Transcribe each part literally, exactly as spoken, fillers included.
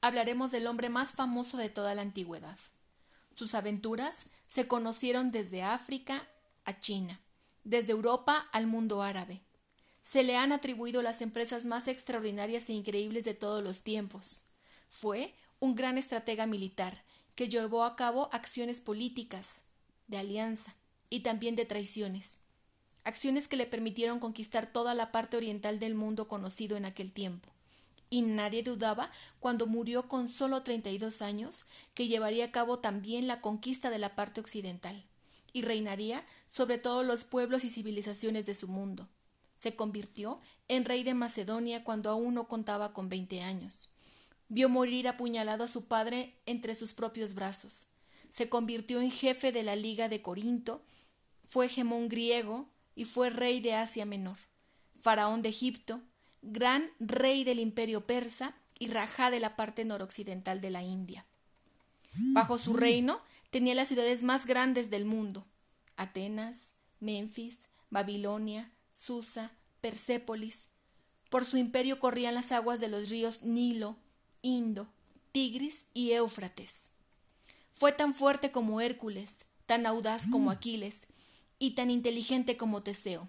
hablaremos del hombre más famoso de toda la antigüedad. Sus aventuras se conocieron desde África a China, desde Europa al mundo árabe. Se le han atribuido las empresas más extraordinarias e increíbles de todos los tiempos. Fue un gran estratega militar que llevó a cabo acciones políticas, de alianza y también de traiciones, acciones que le permitieron conquistar toda la parte oriental del mundo conocido en aquel tiempo. Y nadie dudaba, cuando murió con solo treinta y dos años, que llevaría a cabo también la conquista de la parte occidental, y reinaría sobre todos los pueblos y civilizaciones de su mundo. Se convirtió en rey de Macedonia cuando aún no contaba con veinte años. Vio morir apuñalado a su padre entre sus propios brazos. Se convirtió en jefe de la Liga de Corinto, fue hegemón griego y fue rey de Asia Menor, faraón de Egipto, gran rey del imperio persa y rajá de la parte noroccidental de la India. Bajo su reino tenía las ciudades más grandes del mundo: Atenas, Menfis, Babilonia, Susa, Persépolis. Por su imperio corrían las aguas de los ríos Nilo, Indo, Tigris y Éufrates. Fue tan fuerte como Hércules, tan audaz como Aquiles y tan inteligente como Teseo.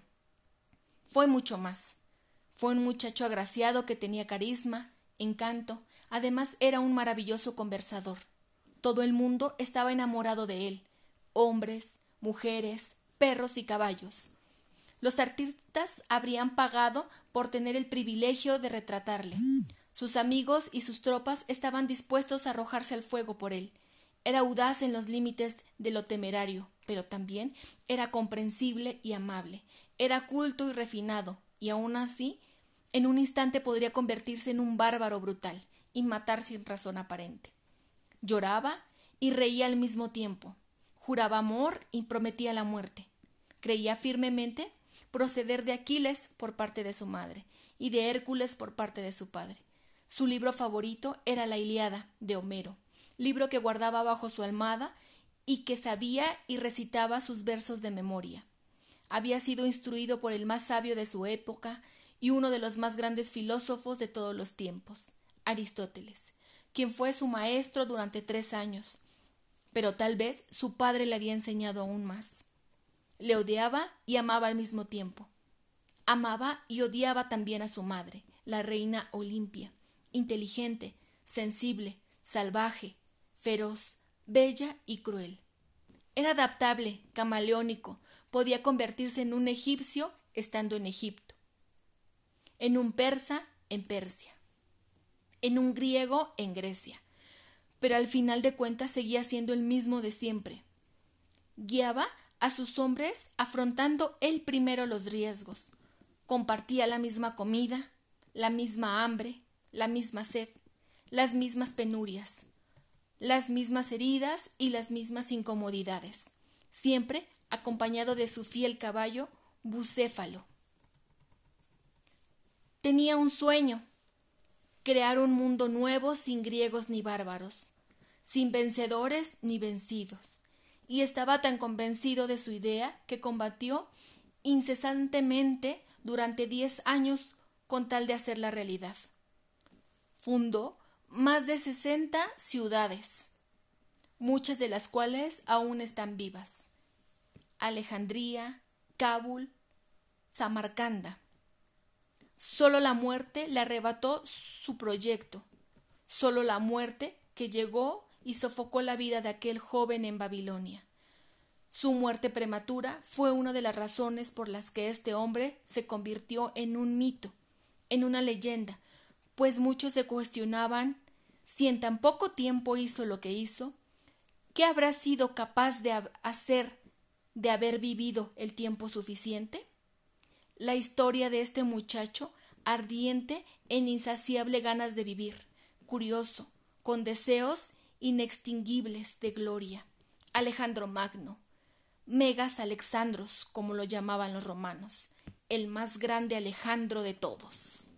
Fue mucho más. Fue un muchacho agraciado que tenía carisma, encanto, además era un maravilloso conversador. Todo el mundo estaba enamorado de él, hombres, mujeres, perros y caballos. Los artistas habrían pagado por tener el privilegio de retratarle. Sus amigos y sus tropas estaban dispuestos a arrojarse al fuego por él. Era audaz en los límites de lo temerario, pero también era comprensible y amable. Era culto y refinado, y aun así, en un instante podría convertirse en un bárbaro brutal y matar sin razón aparente. Lloraba y reía al mismo tiempo. Juraba amor y prometía la muerte. Creía firmemente proceder de Aquiles por parte de su madre y de Hércules por parte de su padre. Su libro favorito era la Ilíada de Homero, libro que guardaba bajo su almohada y que sabía y recitaba sus versos de memoria. Había sido instruido por el más sabio de su época y uno de los más grandes filósofos de todos los tiempos, Aristóteles, quien fue su maestro durante tres años, pero tal vez su padre le había enseñado aún más. Le odiaba y amaba al mismo tiempo. Amaba y odiaba también a su madre, la reina Olimpia, inteligente, sensible, salvaje, feroz, bella y cruel. Era adaptable, camaleónico, podía convertirse en un egipcio estando en Egipto, en un persa en Persia, en un griego en Grecia, pero al final de cuentas seguía siendo el mismo de siempre. Guiaba a sus hombres afrontando él primero los riesgos, compartía la misma comida, la misma hambre, la misma sed, las mismas penurias, las mismas heridas y las mismas incomodidades, siempre acompañado de su fiel caballo Bucéfalo. Tenía un sueño: crear un mundo nuevo sin griegos ni bárbaros, sin vencedores ni vencidos, y estaba tan convencido de su idea que combatió incesantemente durante diez años con tal de hacerla realidad. Fundó más de sesenta ciudades, muchas de las cuales aún están vivas: Alejandría, Kabul, Samarcanda. Solo la muerte le arrebató su proyecto, solo la muerte que llegó y sofocó la vida de aquel joven en Babilonia. Su muerte prematura fue una de las razones por las que este hombre se convirtió en un mito, en una leyenda, pues muchos se cuestionaban si en tan poco tiempo hizo lo que hizo, ¿qué habrá sido capaz de hacer de haber vivido el tiempo suficiente? La historia de este muchacho ardiente en insaciable ganas de vivir, curioso, con deseos inextinguibles de gloria. Alejandro Magno, Megas Alexandros, como lo llamaban los romanos, el más grande Alejandro de todos.